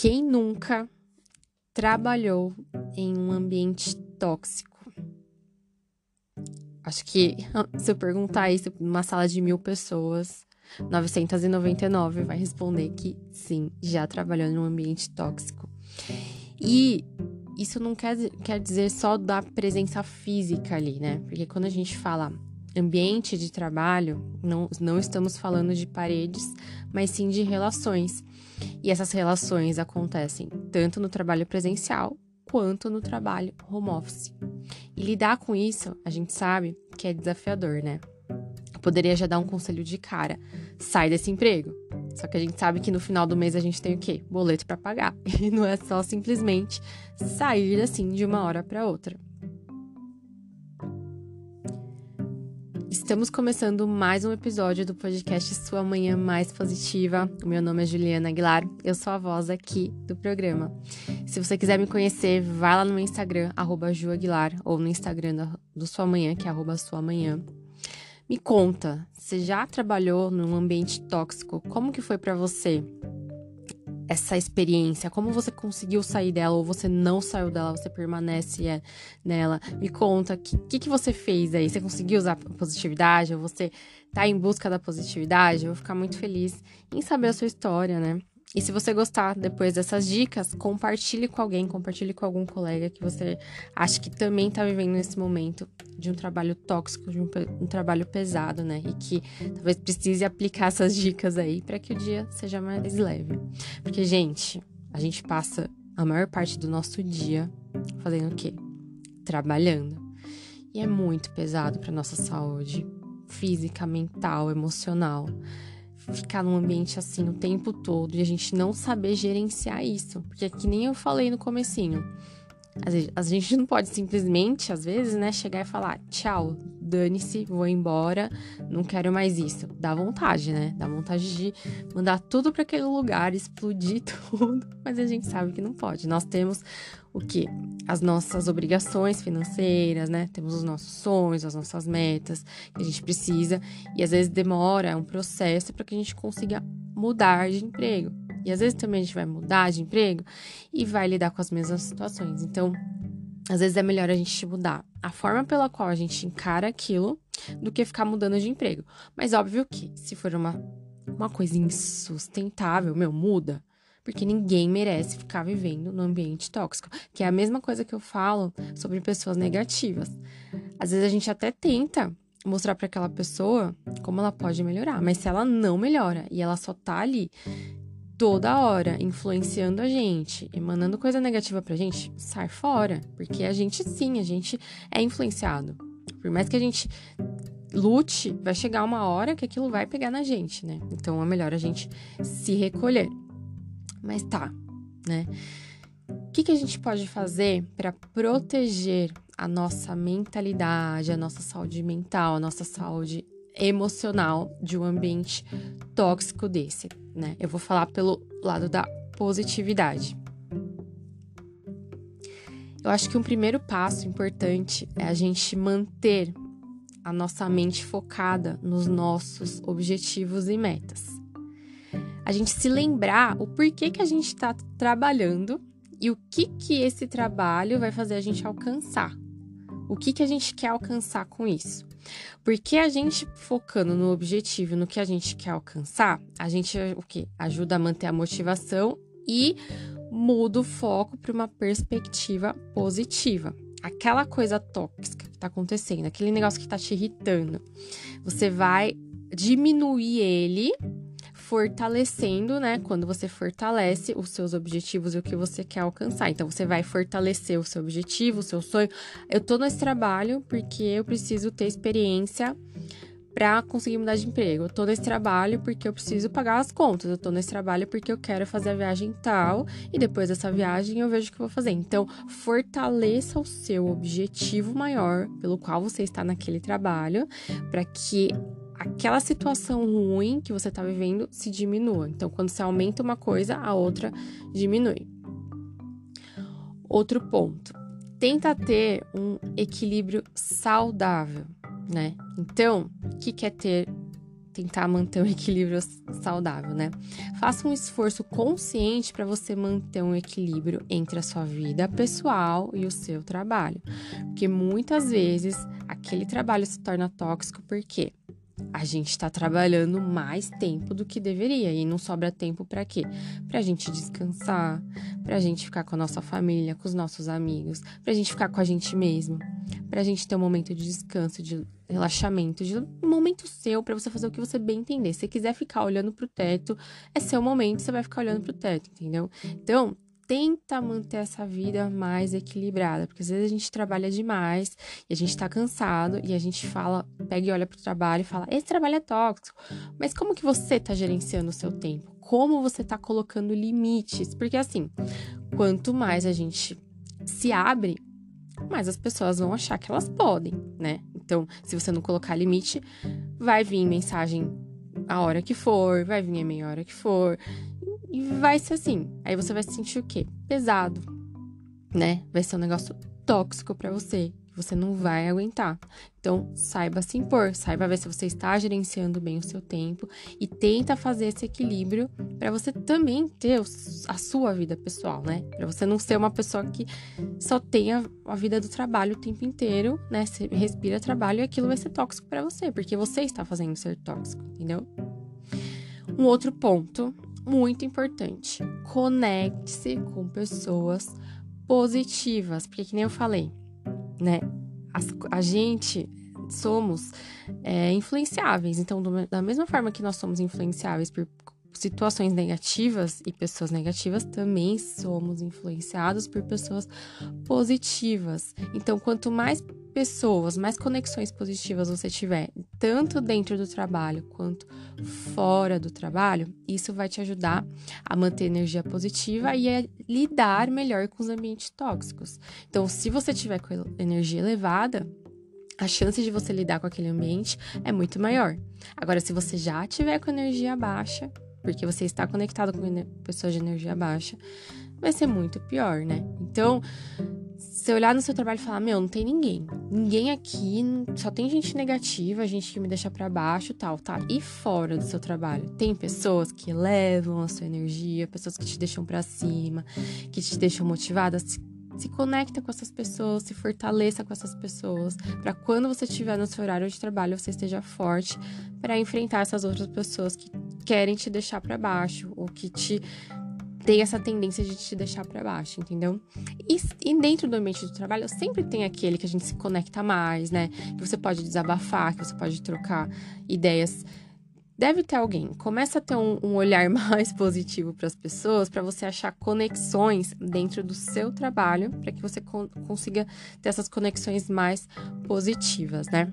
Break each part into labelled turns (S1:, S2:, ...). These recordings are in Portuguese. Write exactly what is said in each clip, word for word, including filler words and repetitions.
S1: Quem nunca trabalhou em um ambiente tóxico? Acho que se eu perguntar isso numa sala de mil pessoas, novecentas e noventa e nove vai responder que sim, já trabalhou em um ambiente tóxico. E isso não quer, quer dizer só da presença física ali, né? Porque quando a gente fala ambiente de trabalho, não, não estamos falando de paredes, mas sim de relações. E essas relações acontecem tanto no trabalho presencial quanto no trabalho home office. E lidar com isso, a gente sabe que é desafiador, né? Eu poderia já dar um conselho de cara: sai desse emprego. Só que a gente sabe que no final do mês a gente tem o quê? Boleto para pagar. E não é só simplesmente sair assim de uma hora para outra. Estamos começando mais um episódio do podcast Sua Manhã Mais Positiva. O meu nome é Juliana Aguilar, eu sou a voz aqui do programa. Se você quiser me conhecer, vai lá no meu Instagram, arroba Ju Aguilar, ou no Instagram do Sua Manhã, que é arroba Sua Manhã. Me conta, você já trabalhou num ambiente tóxico? Como que foi pra você essa experiência? Como você conseguiu sair dela ou você não saiu dela, você permanece nela? Me conta, o que, que, que você fez aí? Você conseguiu usar a positividade? Ou você tá em busca da positividade? Eu vou ficar muito feliz em saber a sua história, né? E se você gostar depois dessas dicas, compartilhe com alguém, compartilhe com algum colega que você acha que também tá vivendo nesse momento de um trabalho tóxico, de um, um trabalho pesado, né? E que talvez precise aplicar essas dicas aí para que o dia seja mais leve. Porque, gente, a gente passa a maior parte do nosso dia fazendo o quê? Trabalhando. E é muito pesado para nossa saúde física, mental, emocional. Ficar num ambiente assim o tempo todo e a gente não saber gerenciar isso. Porque é que nem eu falei no comecinho. A gente não pode simplesmente, às vezes, né, chegar e falar: tchau, dane-se, vou embora, não quero mais isso. Dá vontade, né? Dá vontade de mandar tudo para aquele lugar, explodir tudo, mas a gente sabe que não pode. Nós temos o quê? As nossas obrigações financeiras, né? Temos os nossos sonhos, as nossas metas que a gente precisa, e às vezes demora, é um processo para que a gente consiga mudar de emprego. E às vezes também a gente vai mudar de emprego e vai lidar com as mesmas situações. Então, às vezes é melhor a gente mudar a forma pela qual a gente encara aquilo do que ficar mudando de emprego. Mas óbvio que se for uma, uma coisa insustentável, meu, muda. Porque ninguém merece ficar vivendo num ambiente tóxico. Que é a mesma coisa que eu falo sobre pessoas negativas. Às vezes a gente até tenta mostrar para aquela pessoa como ela pode melhorar. Mas se ela não melhora e ela só tá ali toda hora influenciando a gente, emanando coisa negativa pra gente, sai fora. Porque a gente, sim, a gente é influenciado. Por mais que a gente lute, vai chegar uma hora que aquilo vai pegar na gente, né? Então é melhor a gente se recolher. Mas tá, né? O que, que a gente pode fazer para proteger a nossa mentalidade, a nossa saúde mental, a nossa saúde emocional de um ambiente tóxico desse, né? Eu vou falar pelo lado da positividade. Eu acho que um primeiro passo importante é a gente manter a nossa mente focada nos nossos objetivos e metas. A gente se lembrar o porquê que a gente está trabalhando e o que que esse trabalho vai fazer a gente alcançar. O que que a gente quer alcançar com isso? Porque a gente focando no objetivo, no que a gente quer alcançar, a gente o quê? Ajuda a manter a motivação e muda o foco para uma perspectiva positiva. Aquela coisa tóxica que está acontecendo, aquele negócio que está te irritando, você vai diminuir ele, fortalecendo, né? Quando você fortalece os seus objetivos e o que você quer alcançar. Então, você vai fortalecer o seu objetivo, o seu sonho. Eu tô nesse trabalho porque eu preciso ter experiência para conseguir mudar de emprego. Eu tô nesse trabalho porque eu preciso pagar as contas. Eu tô nesse trabalho porque eu quero fazer a viagem tal e depois dessa viagem eu vejo o que eu vou fazer. Então, fortaleça o seu objetivo maior pelo qual você está naquele trabalho para que aquela situação ruim que você está vivendo se diminua. Então, quando você aumenta uma coisa, a outra diminui. Outro ponto. Tenta ter um equilíbrio saudável, né? Então, o que quer ter tentar manter um equilíbrio saudável, né? Faça um esforço consciente para você manter um equilíbrio entre a sua vida pessoal e o seu trabalho. Porque muitas vezes aquele trabalho se torna tóxico porque a gente está trabalhando mais tempo do que deveria e não sobra tempo para quê? Pra gente descansar, pra gente ficar com a nossa família, com os nossos amigos, pra gente ficar com a gente mesmo, pra gente ter um momento de descanso, de relaxamento, de um momento seu pra você fazer o que você bem entender. Se você quiser ficar olhando pro teto, é seu momento, você vai ficar olhando pro teto, entendeu? Então, tenta manter essa vida mais equilibrada, porque às vezes a gente trabalha demais e a gente tá cansado e a gente fala, pega e olha pro trabalho e fala, esse trabalho é tóxico. Mas como que você tá gerenciando o seu tempo? Como você tá colocando limites? Porque assim, quanto mais a gente se abre, mais as pessoas vão achar que elas podem, né? Então, se você não colocar limite, vai vir mensagem a hora que for, vai vir a meia hora que for. E vai ser assim. Aí você vai se sentir o quê? Pesado, né? Vai ser um negócio tóxico pra você, que você não vai aguentar. Então, saiba se impor, saiba ver se você está gerenciando bem o seu tempo e tenta fazer esse equilíbrio pra você também ter a sua vida pessoal, né? Pra você não ser uma pessoa que só tenha a vida do trabalho o tempo inteiro, né? Você respira trabalho e aquilo vai ser tóxico pra você, porque você está fazendo ser tóxico, entendeu? Um outro ponto muito importante, conecte-se com pessoas positivas, porque que nem eu falei, né, As, a gente somos é, influenciáveis, então do, da mesma forma que nós somos influenciáveis por situações negativas e pessoas negativas, também somos influenciados por pessoas positivas. Então, quanto mais pessoas, mais conexões positivas você tiver, tanto dentro do trabalho quanto fora do trabalho, isso vai te ajudar a manter energia positiva e a lidar melhor com os ambientes tóxicos. Então, se você tiver com energia elevada, a chance de você lidar com aquele ambiente é muito maior. Agora, se você já tiver com energia baixa, porque você está conectado com pessoas de energia baixa, vai ser muito pior, né? Então, se você olhar no seu trabalho e falar, meu, não tem ninguém. Ninguém aqui, só tem gente negativa, gente que me deixa pra baixo e tal, tá? E fora do seu trabalho? Tem pessoas que elevam a sua energia, pessoas que te deixam pra cima, que te deixam motivada. Se, se conecta com essas pessoas, se fortaleça com essas pessoas, pra quando você estiver no seu horário de trabalho, você esteja forte pra enfrentar essas outras pessoas que querem te deixar pra baixo ou que te tem essa tendência de te deixar pra baixo, entendeu? E, e dentro do ambiente do trabalho, sempre tem aquele que a gente se conecta mais, né? Que você pode desabafar, que você pode trocar ideias. Deve ter alguém. Começa a ter um, um olhar mais positivo para as pessoas, para você achar conexões dentro do seu trabalho, para que você con- consiga ter essas conexões mais positivas, né?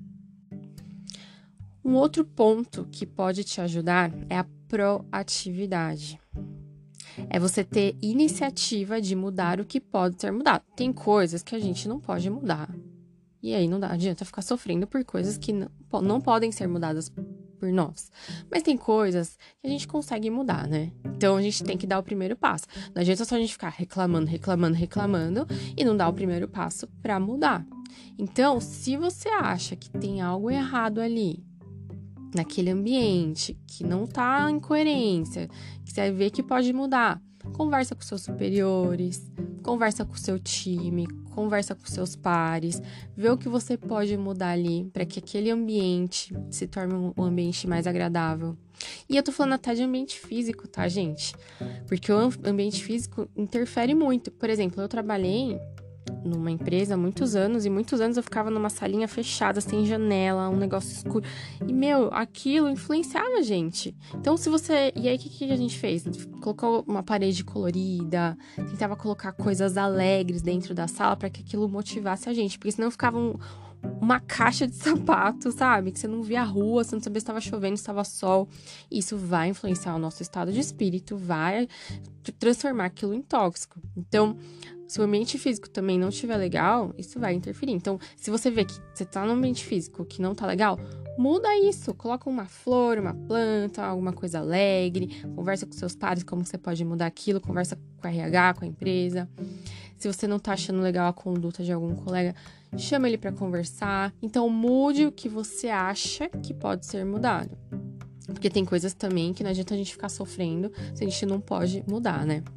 S1: Um outro ponto que pode te ajudar é a proatividade. É você ter iniciativa de mudar o que pode ser mudado. Tem coisas que a gente não pode mudar. E aí não dá, adianta ficar sofrendo por coisas que não, não podem ser mudadas por nós. Mas tem coisas que a gente consegue mudar, né? Então a gente tem que dar o primeiro passo. Não adianta só a gente ficar reclamando, reclamando, reclamando e não dar o primeiro passo pra mudar. Então, se você acha que tem algo errado ali, naquele ambiente, que não tá em coerência, que você vê que pode mudar, conversa com seus superiores, conversa com o seu time, conversa com seus pares, vê o que você pode mudar ali para que aquele ambiente se torne um ambiente mais agradável. E eu tô falando até de ambiente físico, tá, gente? Porque o ambiente físico interfere muito. Por exemplo, eu trabalhei numa empresa há muitos anos, e muitos anos eu ficava numa salinha fechada, sem janela, um negócio escuro. E, meu, aquilo influenciava a gente. Então, se você... E aí, o que, que a gente fez? Colocou uma parede colorida, tentava colocar coisas alegres dentro da sala para que aquilo motivasse a gente. Porque senão ficava um, uma caixa de sapato, sabe? Que você não via a rua, você não sabia se estava chovendo, se estava sol. Isso vai influenciar o nosso estado de espírito, vai transformar aquilo em tóxico. Então, se o ambiente físico também não estiver legal, isso vai interferir. Então, se você vê que você tá num ambiente físico que não tá legal, muda isso. Coloca uma flor, uma planta, alguma coisa alegre. Conversa com seus pares como você pode mudar aquilo. Conversa com o R H, com a empresa. Se você não tá achando legal a conduta de algum colega, chama ele pra conversar. Então, mude o que você acha que pode ser mudado. Porque tem coisas também que não adianta a gente ficar sofrendo se a gente não pode mudar, né?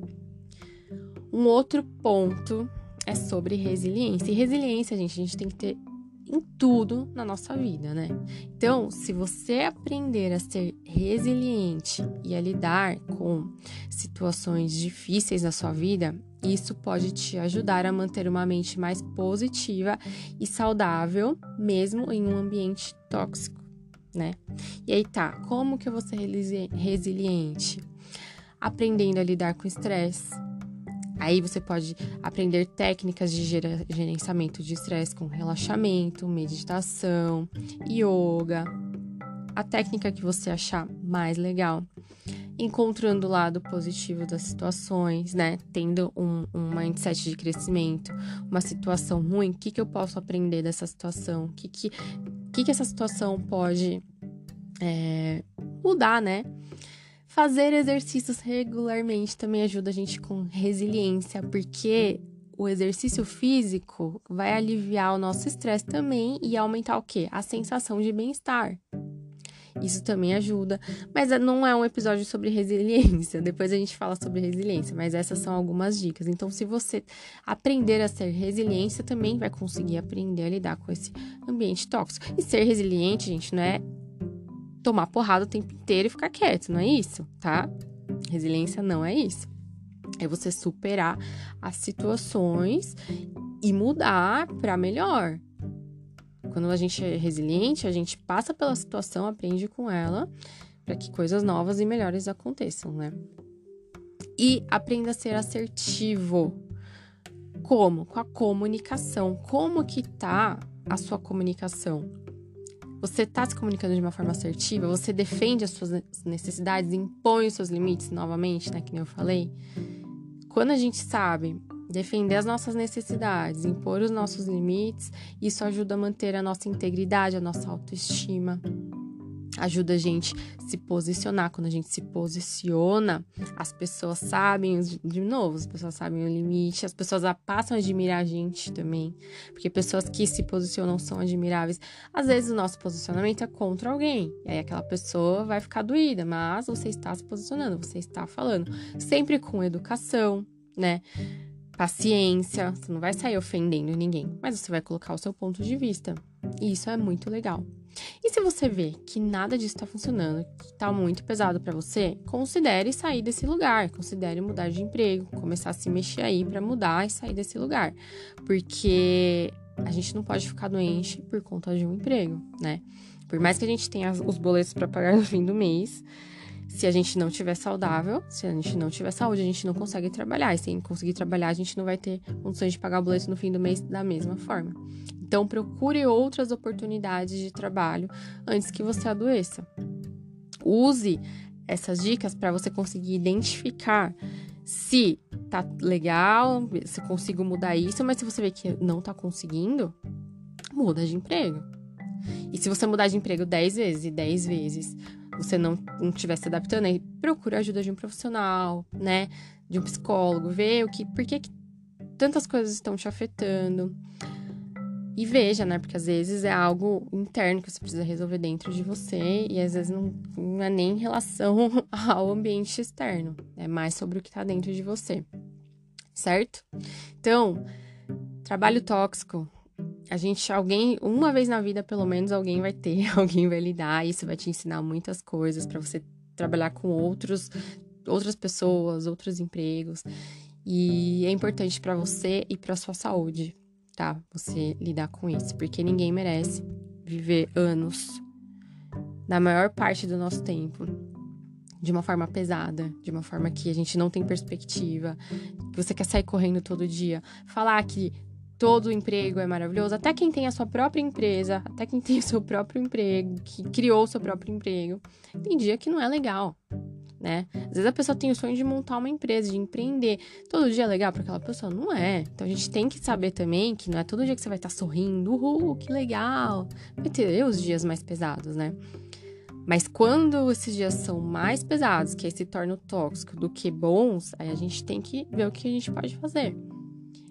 S1: Um outro ponto é sobre resiliência. E resiliência, gente, a gente tem que ter em tudo na nossa vida, né? Então, se você aprender a ser resiliente e a lidar com situações difíceis na sua vida, isso pode te ajudar a manter uma mente mais positiva e saudável, mesmo em um ambiente tóxico, né? E aí tá, como que eu vou ser resiliente? Aprendendo a lidar com estresse. Aí você pode aprender técnicas de gerenciamento de estresse com relaxamento, meditação, yoga, a técnica que você achar mais legal. Encontrando o lado positivo das situações, né? Tendo um, um mindset de crescimento, uma situação ruim, o que, que eu posso aprender dessa situação? O que, que, que, que essa situação pode é, mudar, né? Fazer exercícios regularmente também ajuda a gente com resiliência, porque o exercício físico vai aliviar o nosso estresse também e aumentar o quê? A sensação de bem-estar. Isso também ajuda, mas não é um episódio sobre resiliência, depois a gente fala sobre resiliência, mas essas são algumas dicas. Então, se você aprender a ser resiliente, você também vai conseguir aprender a lidar com esse ambiente tóxico. E ser resiliente, gente, não é tomar porrada o tempo inteiro e ficar quieto, não é isso, tá? Resiliência não é isso. É você superar as situações e mudar para melhor. Quando a gente é resiliente, a gente passa pela situação, aprende com ela, para que coisas novas e melhores aconteçam, né? E aprenda a ser assertivo. Como? Com a comunicação. Como que tá a sua comunicação? Você tá se comunicando de uma forma assertiva? Você defende as suas necessidades, impõe os seus limites, novamente, né? Que nem eu falei. Quando a gente sabe defender as nossas necessidades, impor os nossos limites, isso ajuda a manter a nossa integridade, a nossa autoestima. Ajuda a gente a se posicionar. Quando a gente se posiciona, as pessoas sabem, de novo, as pessoas sabem o limite, as pessoas passam a admirar a gente também, porque pessoas que se posicionam são admiráveis. Às vezes o nosso posicionamento é contra alguém, e aí aquela pessoa vai ficar doída, mas você está se posicionando, você está falando, sempre com educação, né? Paciência, você não vai sair ofendendo ninguém, mas você vai colocar o seu ponto de vista, e isso é muito legal. E se você vê que nada disso está funcionando, que tá muito pesado para você, considere sair desse lugar, considere mudar de emprego, começar a se mexer aí para mudar e sair desse lugar. Porque a gente não pode ficar doente por conta de um emprego, né? Por mais que a gente tenha os boletos para pagar no fim do mês, se a gente não tiver saudável, se a gente não tiver saúde, a gente não consegue trabalhar. E sem conseguir trabalhar, a gente não vai ter condições de pagar o boleto no fim do mês da mesma forma. Então, procure outras oportunidades de trabalho antes que você adoeça. Use essas dicas para você conseguir identificar se tá legal, se eu consigo mudar isso, mas se você vê que não tá conseguindo, muda de emprego. E se você mudar de emprego dez vezes e dez vezes você não, não estiver se adaptando, aí procure a ajuda de um profissional, né? De um psicólogo, ver o que, por que tantas coisas estão te afetando. E veja, né? Porque às vezes é algo interno que você precisa resolver dentro de você e às vezes não, não é nem em relação ao ambiente externo. É mais sobre o que tá dentro de você. Certo? Então, trabalho tóxico. A gente, alguém, uma vez na vida, pelo menos, alguém vai ter, alguém vai lidar. Isso vai te ensinar muitas coisas para você trabalhar com outros, outras pessoas, outros empregos. E é importante para você e para sua saúde, tá? Você lidar com isso, porque ninguém merece viver anos, na maior parte do nosso tempo, de uma forma pesada, de uma forma que a gente não tem perspectiva, que você quer sair correndo todo dia, falar que todo emprego é maravilhoso, até quem tem a sua própria empresa, até quem tem o seu próprio emprego, que criou o seu próprio emprego, tem dia que não é legal, né? Às vezes a pessoa tem o sonho de montar uma empresa, de empreender. Todo dia é legal para aquela pessoa? Não é. Então a gente tem que saber também que não é todo dia que você vai estar sorrindo, uhul, que legal. Vai ter os dias mais pesados, né? Mas quando esses dias são mais pesados, que aí se tornam tóxicos do que bons, aí a gente tem que ver o que a gente pode fazer.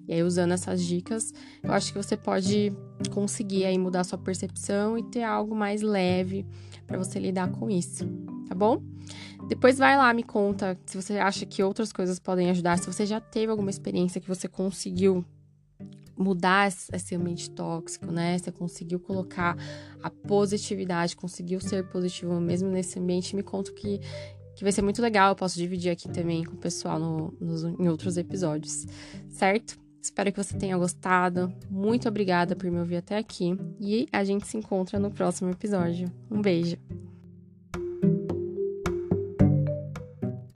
S1: E aí, usando essas dicas, eu acho que você pode conseguir aí mudar a sua percepção e ter algo mais leve para você lidar com isso, tá bom? Depois vai lá, me conta se você acha que outras coisas podem ajudar, se você já teve alguma experiência que você conseguiu mudar esse ambiente tóxico, né? Você conseguiu colocar a positividade, conseguiu ser positivo mesmo nesse ambiente, me conta que, que vai ser muito legal. Eu posso dividir aqui também com o pessoal no, nos, em outros episódios, certo? Espero que você tenha gostado. Muito obrigada por me ouvir até aqui e a gente se encontra no próximo episódio. Um beijo!